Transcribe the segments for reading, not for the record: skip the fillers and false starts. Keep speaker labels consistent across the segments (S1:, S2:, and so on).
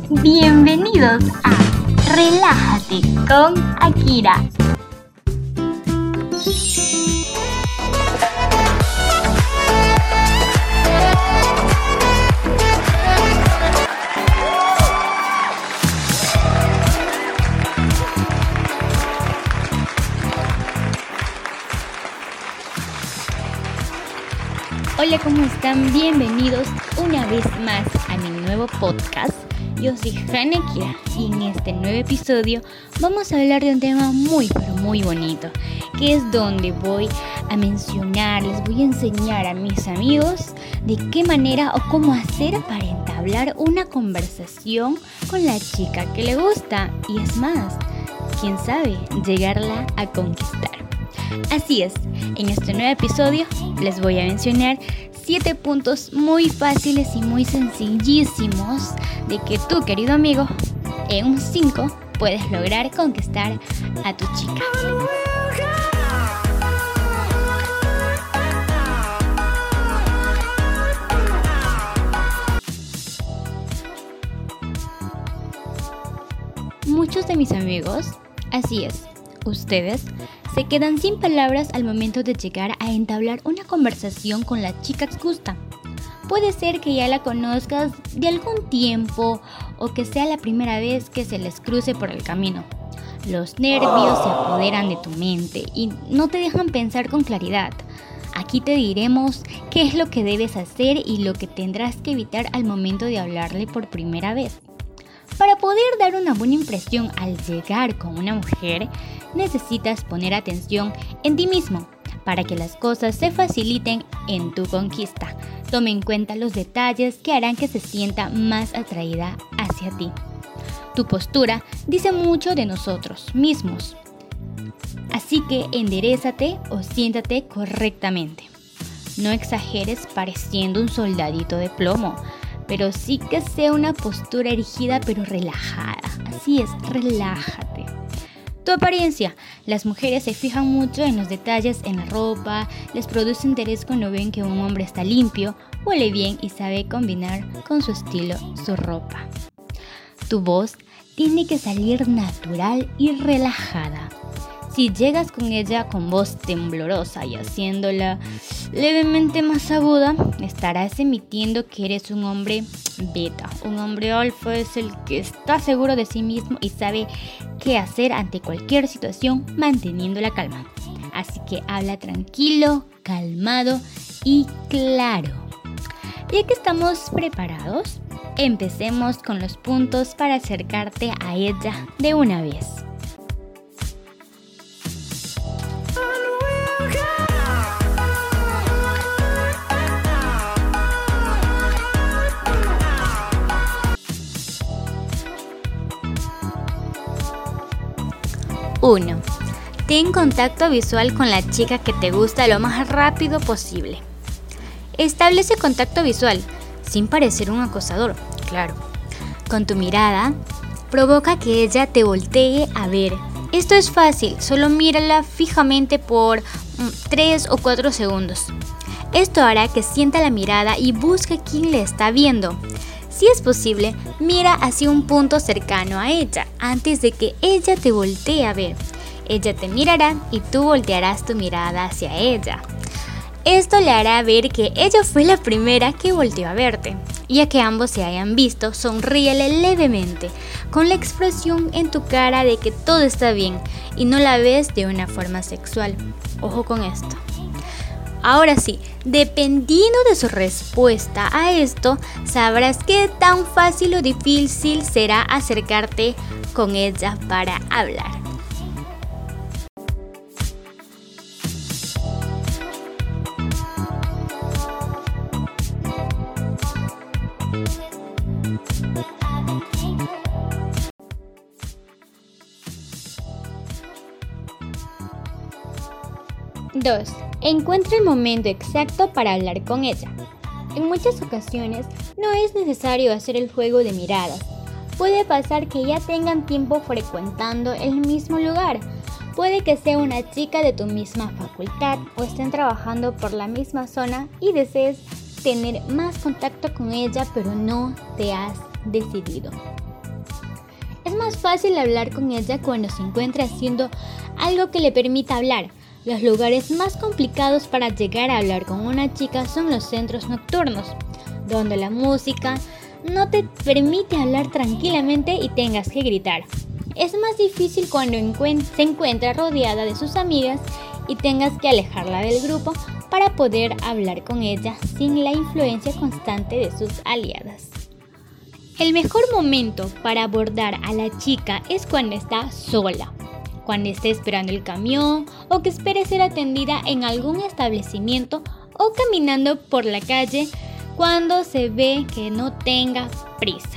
S1: Bienvenidos a Relájate con Akira. Hola, ¿cómo están? Bienvenidos una vez más a mi nuevo podcast. Yo soy Akira y en este nuevo episodio vamos a hablar de un tema muy bonito, que es donde voy a mencionar, les voy a enseñar a mis amigos de qué manera o cómo hacer para entablar una conversación con la chica que le gusta y es más, quién sabe, llegarla a conquistar. Así es, en este nuevo episodio les voy a mencionar 7 puntos muy fáciles y muy sencillísimos de que tú, querido amigo, en un 5 puedes lograr conquistar a tu chica. Muchos de mis amigos, así es, ustedes, se quedan sin palabras al momento de llegar a entablar una conversación con la chica que les gusta. Puede ser que ya la conozcas de algún tiempo o que sea la primera vez que se les cruce por el camino. Los nervios se apoderan de tu mente y no te dejan pensar con claridad. Aquí te diremos qué es lo que debes hacer y lo que tendrás que evitar al momento de hablarle por primera vez. Para poder dar una buena impresión al llegar con una mujer, necesitas poner atención en ti mismo para que las cosas se faciliten en tu conquista. Toma en cuenta los detalles que harán que se sienta más atraída hacia ti. Tu postura dice mucho de nosotros mismos, así que enderézate o siéntate correctamente. No exageres pareciendo un soldadito de plomo, pero sí que sea una postura erigida pero relajada. Así es, relájate. Tu apariencia. Las mujeres se fijan mucho en los detalles en la ropa, les produce interés cuando ven que un hombre está limpio, huele bien y sabe combinar con su estilo su ropa. Tu voz tiene que salir natural y relajada. Si llegas con ella con voz temblorosa y haciéndola levemente más aguda, estarás emitiendo que eres un hombre beta. Un hombre alfa es el que está seguro de sí mismo y sabe qué hacer ante cualquier situación manteniendo la calma. Así que habla tranquilo, calmado y claro. Ya que estamos preparados, empecemos con los puntos para acercarte a ella de una vez. 1. Ten contacto visual con la chica que te gusta lo más rápido posible. Establece contacto visual, sin parecer un acosador, claro. Con tu mirada, provoca que ella te voltee a ver. Esto es fácil, solo mírala fijamente por 3 o 4 segundos. Esto hará que sienta la mirada y busque quién le está viendo. Si es posible, mira hacia un punto cercano a ella, antes de que ella te voltee a ver. Ella te mirará y tú voltearás tu mirada hacia ella. Esto le hará ver que ella fue la primera que volteó a verte. Ya que ambos se hayan visto, sonríele levemente, con la expresión en tu cara de que todo está bien y no la ves de una forma sexual. Ojo con esto. Ahora sí, dependiendo de su respuesta a esto, sabrás qué tan fácil o difícil será acercarte con ella para hablar. Dos. Encuentra el momento exacto para hablar con ella. En muchas ocasiones no es necesario hacer el juego de miradas. Puede pasar que ya tengan tiempo frecuentando el mismo lugar. Puede que sea una chica de tu misma facultad o estén trabajando por la misma zona y desees tener más contacto con ella, pero no te has decidido. más fácil hablar con ella cuando se encuentre haciendo algo que le permita hablar. Los lugares más complicados para llegar a hablar con una chica son los centros nocturnos, donde la música no te permite hablar tranquilamente y tengas que gritar. Es más difícil cuando se encuentra rodeada de sus amigas y tengas que alejarla del grupo para poder hablar con ella sin la influencia constante de sus aliadas. El mejor momento para abordar a la chica es cuando está sola, cuando esté esperando el camión o que espere ser atendida en algún establecimiento o caminando por la calle cuando se ve que no tenga prisa.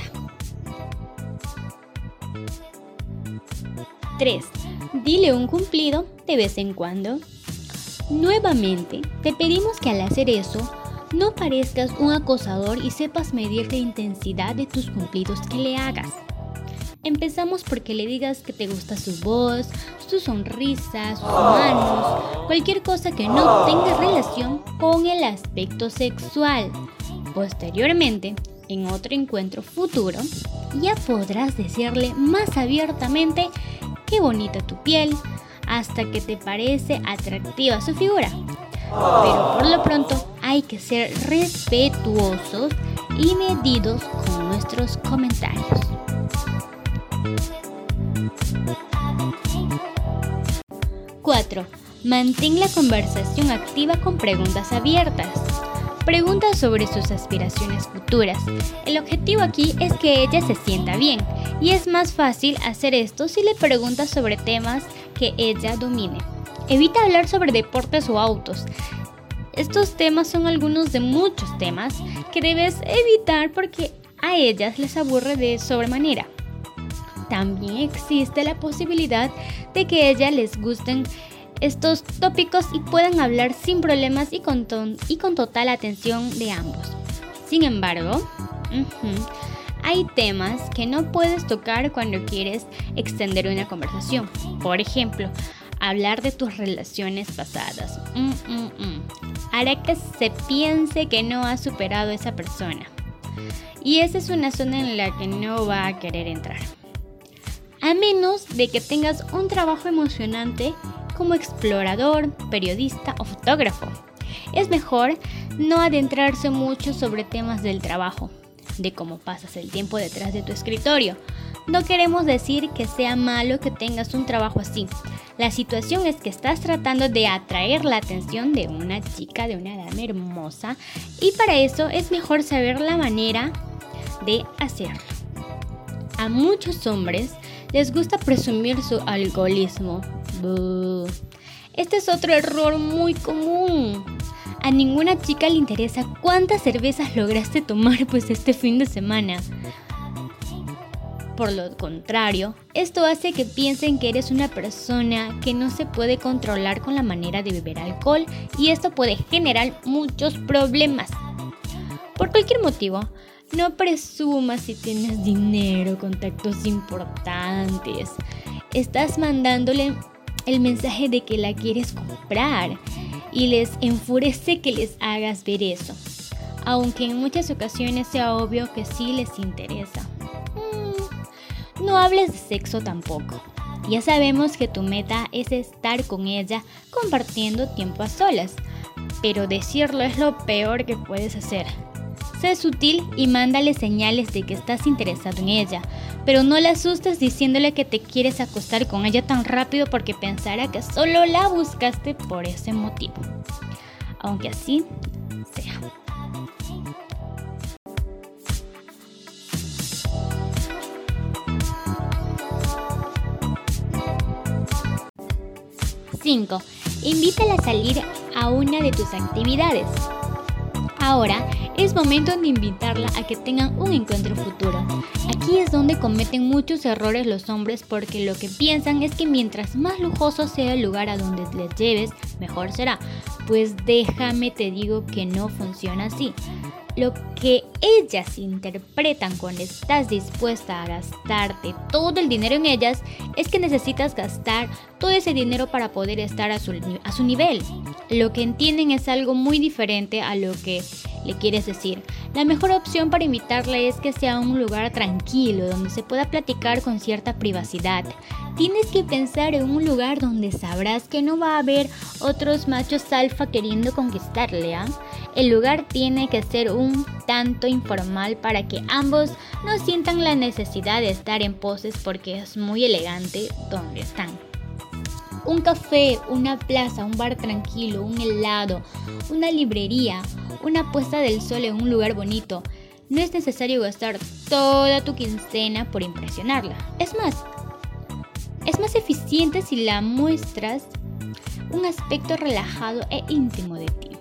S1: 3. Dile un cumplido de vez en cuando. Nuevamente, te pedimos que al hacer eso, no parezcas un acosador y sepas medir la intensidad de tus cumplidos que le hagas. Empezamos porque le digas que te gusta su voz, su sonrisa, sus manos, cualquier cosa que no tenga relación con el aspecto sexual. Posteriormente, en otro encuentro futuro, ya podrás decirle más abiertamente qué bonita tu piel, hasta que te parece atractiva su figura. Pero por lo pronto hay que ser respetuosos y medidos con nuestros comentarios. 4. Mantén la conversación activa con preguntas abiertas. Pregunta sobre sus aspiraciones futuras. El objetivo aquí es que ella se sienta bien, y es más fácil hacer esto si le preguntas sobre temas que ella domine. Evita hablar sobre deportes o autos. Estos temas son algunos de muchos temas que debes evitar porque a ellas les aburre de sobremanera. También existe la posibilidad de que a ellas les gusten estos tópicos y puedan hablar sin problemas y con total atención de ambos. Sin embargo, hay temas que no puedes tocar cuando quieres extender una conversación. Por ejemplo, hablar de tus relaciones pasadas. Hará que se piense que no has superado a esa persona. Y esa es una zona en la que no va a querer entrar. A menos de que tengas un trabajo emocionante como explorador, periodista o fotógrafo. Es mejor no adentrarse mucho sobre temas del trabajo, de cómo pasas el tiempo detrás de tu escritorio. No queremos decir que sea malo que tengas un trabajo así. La situación es que estás tratando de atraer la atención de una chica, de una dama hermosa, y para eso es mejor saber la manera de hacerlo. A muchos hombres les gusta presumir su alcoholismo. Este es otro error muy común. A ninguna chica le interesa cuántas cervezas lograste tomar este fin de semana. Por lo contrario, esto hace que piensen que eres una persona que no se puede controlar con la manera de beber alcohol, y esto puede generar muchos problemas. Por cualquier motivo, no presumas si tienes dinero, contactos importantes. Estás mandándole el mensaje de que la quieres comprar y les enfurece que les hagas ver eso, aunque en muchas ocasiones sea obvio que sí les interesa. No hables de sexo tampoco. Ya sabemos que tu meta es estar con ella compartiendo tiempo a solas, pero decirlo es lo peor que puedes hacer. Sé sutil y mándale señales de que estás interesado en ella, pero no la asustes diciéndole que te quieres acostar con ella tan rápido porque pensará que solo la buscaste por ese motivo. Aunque así sea. ¡5! Invítala a salir a una de tus actividades. Ahora es momento de invitarla a que tengan un encuentro futuro. Aquí es donde cometen muchos errores los hombres, porque lo que piensan es que mientras más lujoso sea el lugar a donde les lleves, mejor será. Pues déjame te digo que no funciona así. Lo que ellas interpretan cuando estás dispuesta a gastarte todo el dinero en ellas es que necesitas gastar todo ese dinero para poder estar a su nivel. Lo que entienden es algo muy diferente a lo que le quieres decir. La mejor opción para invitarle es que sea un lugar tranquilo, donde se pueda platicar con cierta privacidad. Tienes que pensar en un lugar donde sabrás que no va a haber otros machos alfa queriendo conquistarle, ¿ah? El lugar tiene que ser un tanto informal para que ambos no sientan la necesidad de estar en poses porque es muy elegante donde están. Un café, una plaza, un bar tranquilo, un helado, una librería, una puesta del sol en un lugar bonito. No es necesario gastar toda tu quincena por impresionarla. Es más eficiente si la muestras un aspecto relajado e íntimo de ti.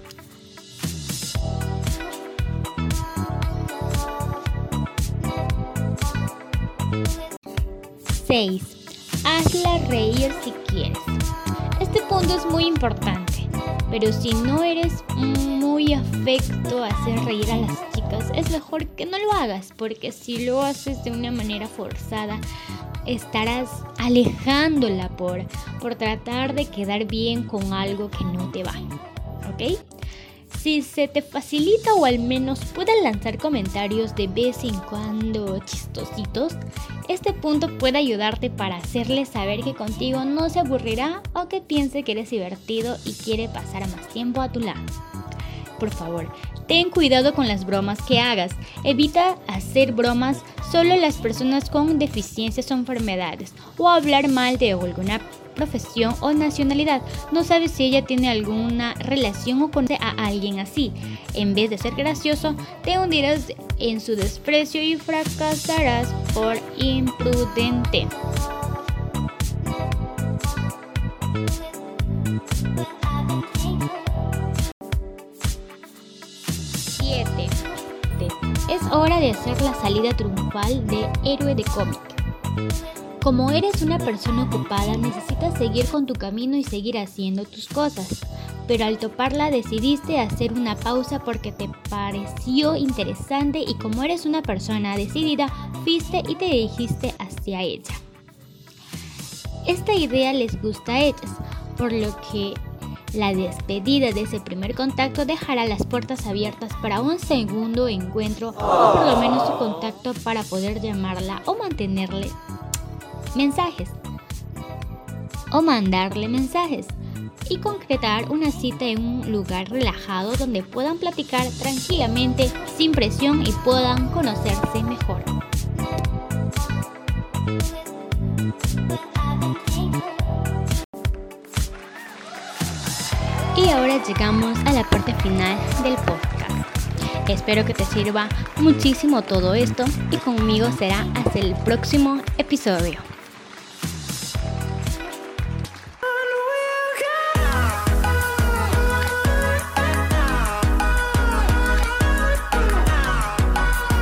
S1: ¡6! Hazla reír si quieres. Este punto es muy importante, pero si no eres muy afecto a hacer reír a las chicas, es mejor que no lo hagas, porque si lo haces de una manera forzada, estarás alejándola por tratar de quedar bien con algo que no te va, ¿ok? Si se te facilita o al menos puedes lanzar comentarios de vez en cuando chistositos, este punto puede ayudarte para hacerle saber que contigo no se aburrirá o que piense que eres divertido y quiere pasar más tiempo a tu lado. Por favor, ten cuidado con las bromas que hagas. Evita hacer bromas solo a las personas con deficiencias o enfermedades o hablar mal de alguna profesión o nacionalidad. No sabes si ella tiene alguna relación o conoce a alguien así. En vez de ser gracioso, te hundirás en su desprecio y fracasarás por imprudente. Es hora de hacer la salida triunfal de héroe de cómic. Como eres una persona ocupada, necesitas seguir con tu camino y seguir haciendo tus cosas. Pero al toparla decidiste hacer una pausa porque te pareció interesante y como eres una persona decidida, fuiste y te dirigiste hacia ella. Esta idea les gusta a ellas, por lo que la despedida de ese primer contacto dejará las puertas abiertas para un segundo encuentro o por lo menos su contacto para poder llamarla o mantenerle mensajes o mandarle mensajes y concretar una cita en un lugar relajado donde puedan platicar tranquilamente sin presión y puedan conocerse mejor. Y ahora llegamos a la parte final del podcast. Espero que te sirva muchísimo todo esto y conmigo será hasta el próximo episodio.